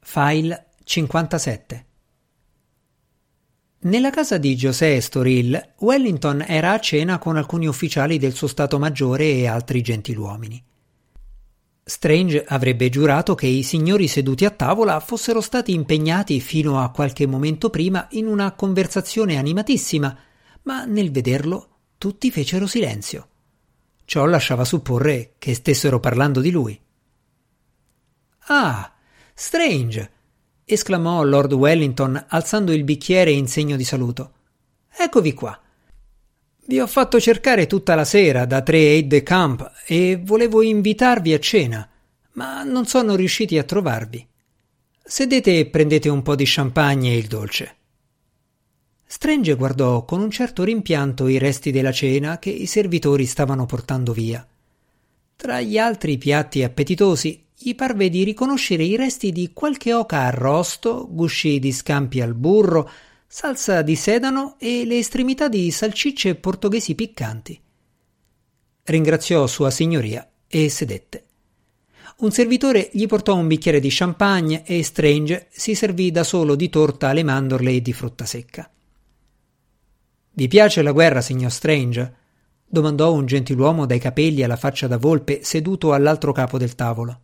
File 57. Nella casa di José Estoril, Wellington era a cena con alcuni ufficiali del suo Stato Maggiore e altri gentiluomini. Strange avrebbe giurato che i signori seduti a tavola fossero stati impegnati fino a qualche momento prima in una conversazione animatissima, ma nel vederlo tutti fecero silenzio. Ciò lasciava supporre che stessero parlando di lui. «Ah, Strange!» esclamò Lord Wellington alzando il bicchiere in segno di saluto. «Eccovi qua. Vi ho fatto cercare tutta la sera da 3 aide-de-camp e volevo invitarvi a cena, ma non sono riusciti a trovarvi. Sedete e prendete un po' di champagne e il dolce». Strange guardò con un certo rimpianto i resti della cena che i servitori stavano portando via. Tra gli altri piatti appetitosi gli parve di riconoscere i resti di qualche oca arrosto, gusci di scampi al burro, salsa di sedano e le estremità di salsicce portoghesi piccanti. Ringraziò Sua Signoria e sedette. Un servitore gli portò un bicchiere di champagne e Strange si servì da solo di torta alle mandorle e di frutta secca. «Vi piace la guerra, signor Strange?» domandò un gentiluomo dai capelli alla faccia da volpe seduto all'altro capo del tavolo.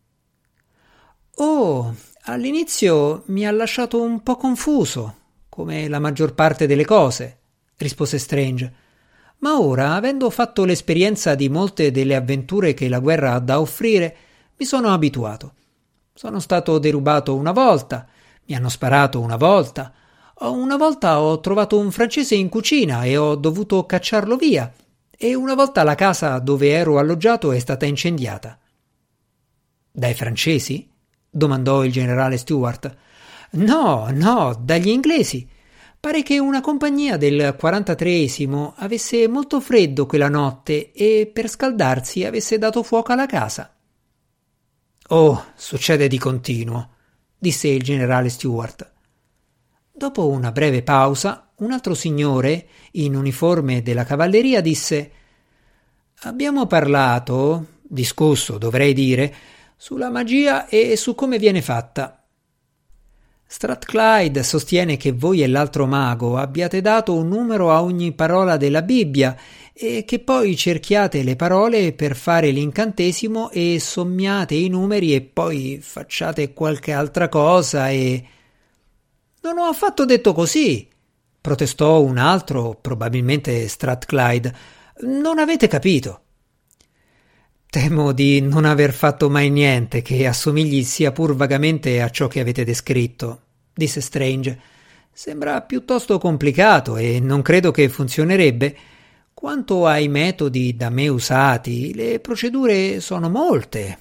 «Oh, all'inizio mi ha lasciato un po' confuso, come la maggior parte delle cose», rispose Strange. «Ma ora, avendo fatto l'esperienza di molte delle avventure che la guerra ha da offrire, mi sono abituato. Sono stato derubato una volta, mi hanno sparato una volta ho trovato un francese in cucina e ho dovuto cacciarlo via, e una volta la casa dove ero alloggiato è stata incendiata». «Dai francesi?» domandò il generale Stuart. No, dagli inglesi. Pare che una compagnia del 43esimo avesse molto freddo quella notte e per scaldarsi avesse dato fuoco alla casa». «Oh, succede di continuo», disse il generale Stuart. Dopo una breve pausa, un altro signore, in uniforme della cavalleria, disse: «Abbiamo discusso, dovrei dire, sulla magia e su come viene fatta. Strathclyde sostiene che voi e l'altro mago abbiate dato un numero a ogni parola della Bibbia e che poi cerchiate le parole per fare l'incantesimo e sommiate i numeri e poi facciate qualche altra cosa e...» «Non ho affatto detto così», protestò un altro, probabilmente Strathclyde. «Non avete capito». «Temo di non aver fatto mai niente che assomigli sia pur vagamente a ciò che avete descritto», disse Strange. «Sembra piuttosto complicato e non credo che funzionerebbe. Quanto ai metodi da me usati, le procedure sono molte,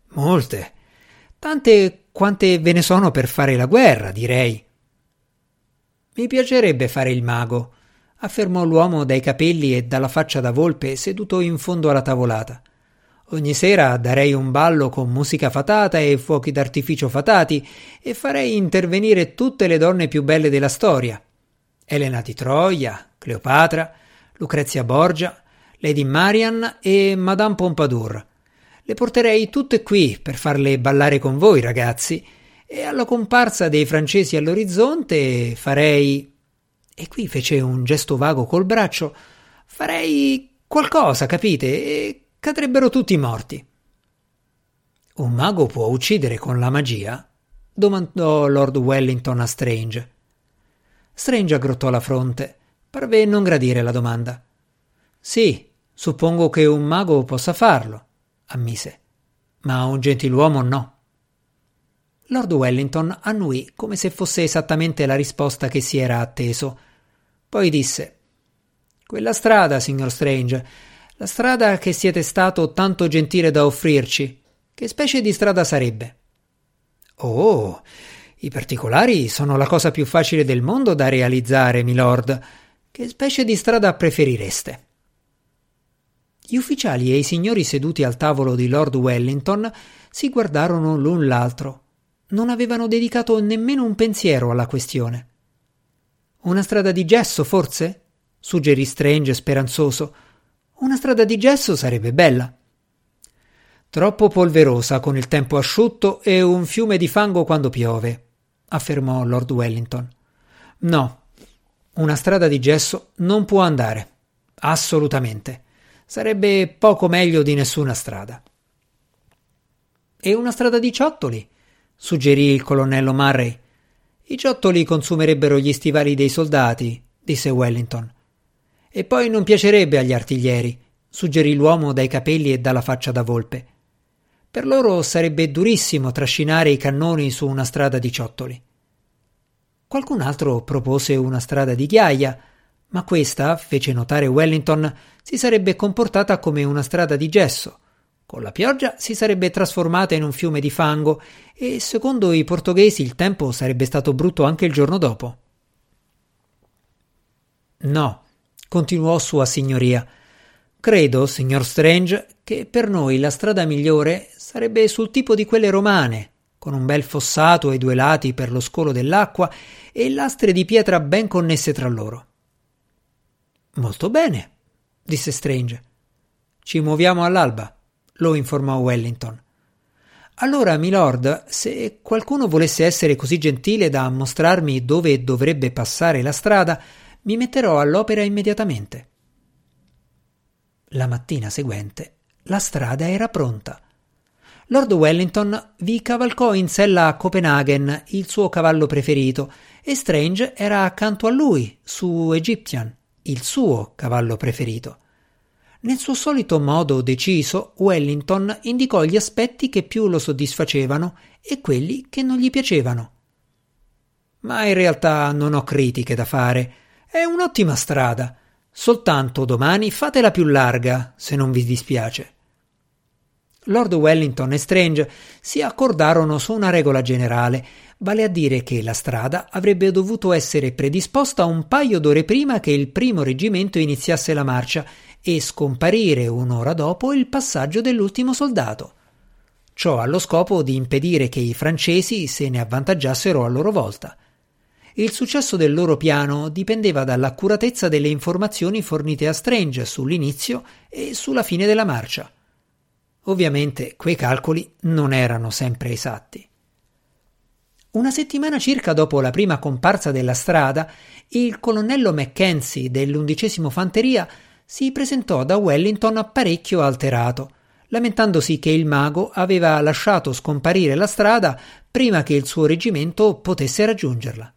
tante quante ve ne sono per fare la guerra, direi». «Mi piacerebbe fare il mago», affermò l'uomo dai capelli e dalla faccia da volpe seduto in fondo alla tavolata. «Ogni sera darei un ballo con musica fatata e fuochi d'artificio fatati e farei intervenire tutte le donne più belle della storia. Elena di Troia, Cleopatra, Lucrezia Borgia, Lady Marian e Madame Pompadour. Le porterei tutte qui per farle ballare con voi, ragazzi, e alla comparsa dei francesi all'orizzonte farei...» e qui fece un gesto vago col braccio. «Farei qualcosa, capite, e cadrebbero tutti morti». «Un mago può uccidere con la magia?» domandò Lord Wellington a Strange. Strange aggrottò la fronte. Parve non gradire la domanda. «Sì, suppongo che un mago possa farlo», ammise. «Ma un gentiluomo no». Lord Wellington annui come se fosse esattamente la risposta che si era atteso. Poi disse: «Quella strada, signor Strange, la strada che siete stato tanto gentile da offrirci, che specie di strada sarebbe?» «Oh, i particolari sono la cosa più facile del mondo da realizzare, milord. Che specie di strada preferireste?» Gli ufficiali e i signori seduti al tavolo di Lord Wellington si guardarono l'un l'altro. Non avevano dedicato nemmeno un pensiero alla questione. «Una strada di gesso, forse?» suggerì Strange speranzoso. «Una strada di gesso sarebbe bella». Troppo polverosa con il tempo asciutto e un fiume di fango quando piove, affermò Lord Wellington. No, una strada di gesso non può andare. Assolutamente. Sarebbe poco meglio di nessuna strada. E una strada di ciottoli? Suggerì il colonnello Murray. I ciottoli consumerebbero gli stivali dei soldati, disse Wellington. E poi non piacerebbe agli artiglieri, suggerì l'uomo dai capelli e dalla faccia da volpe. Per loro sarebbe durissimo trascinare i cannoni su una strada di ciottoli. Qualcun altro propose una strada di ghiaia, ma questa, fece notare Wellington, si sarebbe comportata come una strada di gesso. Con la pioggia si sarebbe trasformata in un fiume di fango e, secondo i portoghesi, il tempo sarebbe stato brutto anche il giorno dopo. No, continuò Sua Signoria. Credo, signor Strange, che per noi la strada migliore sarebbe sul tipo di quelle romane, con un bel fossato ai 2 lati per lo scolo dell'acqua e lastre di pietra ben connesse tra loro. Molto bene, disse Strange. Ci muoviamo all'alba, lo informò Wellington. Allora, milord, se qualcuno volesse essere così gentile da mostrarmi dove dovrebbe passare la strada, mi metterò all'opera immediatamente. La mattina seguente la strada era pronta. Lord Wellington vi cavalcò in sella a Copenaghen, il suo cavallo preferito, e Strange era accanto a lui, su Egyptian, il suo cavallo preferito. Nel suo solito modo deciso, Wellington indicò gli aspetti che più lo soddisfacevano e quelli che non gli piacevano. Ma in realtà non ho critiche da fare. È un'ottima strada. Soltanto domani fatela più larga, se non vi dispiace. Lord Wellington e Strange si accordarono su una regola generale, vale a dire che la strada avrebbe dovuto essere predisposta un paio d'ore prima che il primo reggimento iniziasse la marcia e scomparire un'ora dopo il passaggio dell'ultimo soldato. Ciò allo scopo di impedire che i francesi se ne avvantaggiassero a loro volta. Il successo del loro piano dipendeva dall'accuratezza delle informazioni fornite a Strange sull'inizio e sulla fine della marcia. Ovviamente quei calcoli non erano sempre esatti. Una settimana circa dopo la prima comparsa della strada, il colonnello Mackenzie dell'11° Fanteria si presentò da Wellington parecchio alterato, lamentandosi che il mago aveva lasciato scomparire la strada prima che il suo reggimento potesse raggiungerla.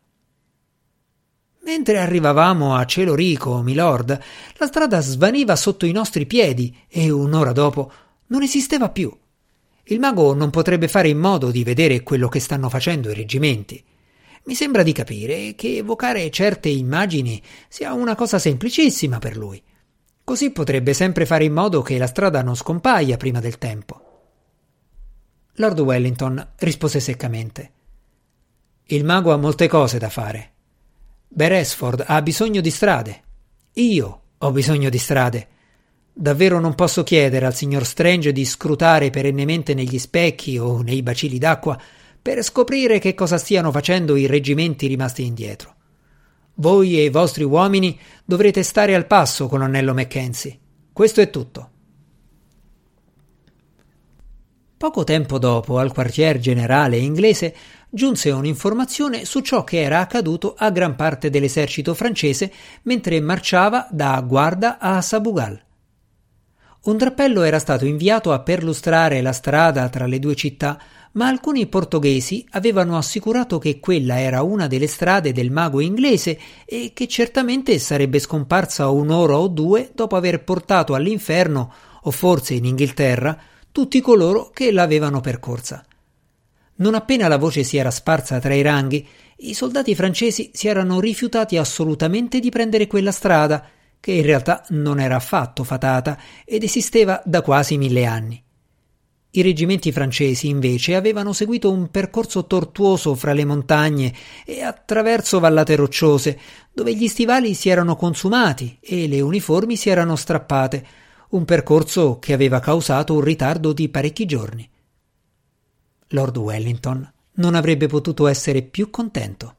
Mentre arrivavamo a Cielo Rico, milord, la strada svaniva sotto i nostri piedi e un'ora dopo non esisteva più. Il mago non potrebbe fare in modo di vedere quello che stanno facendo i reggimenti. Mi sembra di capire che evocare certe immagini sia una cosa semplicissima per lui. Così potrebbe sempre fare in modo che la strada non scompaia prima del tempo. Lord Wellington rispose seccamente. Il mago ha molte cose da fare. Beresford ha bisogno di strade. Io ho bisogno di strade. Davvero non posso chiedere al signor Strange di scrutare perennemente negli specchi o nei bacilli d'acqua per scoprire che cosa stiano facendo i reggimenti rimasti indietro. Voi e i vostri uomini dovrete stare al passo, colonnello Mackenzie. Questo è tutto. Poco tempo dopo, al quartier generale inglese, giunse un'informazione su ciò che era accaduto a gran parte dell'esercito francese mentre marciava da Guarda a Sabugal. Un drappello era stato inviato a perlustrare la strada tra le 2 città, ma alcuni portoghesi avevano assicurato che quella era una delle strade del mago inglese e che certamente sarebbe scomparsa un'ora o 2 dopo aver portato all'inferno, o forse in Inghilterra, tutti coloro che l'avevano percorsa. Non appena la voce si era sparsa tra i ranghi, i soldati francesi si erano rifiutati assolutamente di prendere quella strada, che in realtà non era affatto fatata ed esisteva da quasi 1000 anni. I reggimenti francesi, invece, avevano seguito un percorso tortuoso fra le montagne e attraverso vallate rocciose, dove gli stivali si erano consumati e le uniformi si erano strappate, un percorso che aveva causato un ritardo di parecchi giorni. Lord Wellington non avrebbe potuto essere più contento.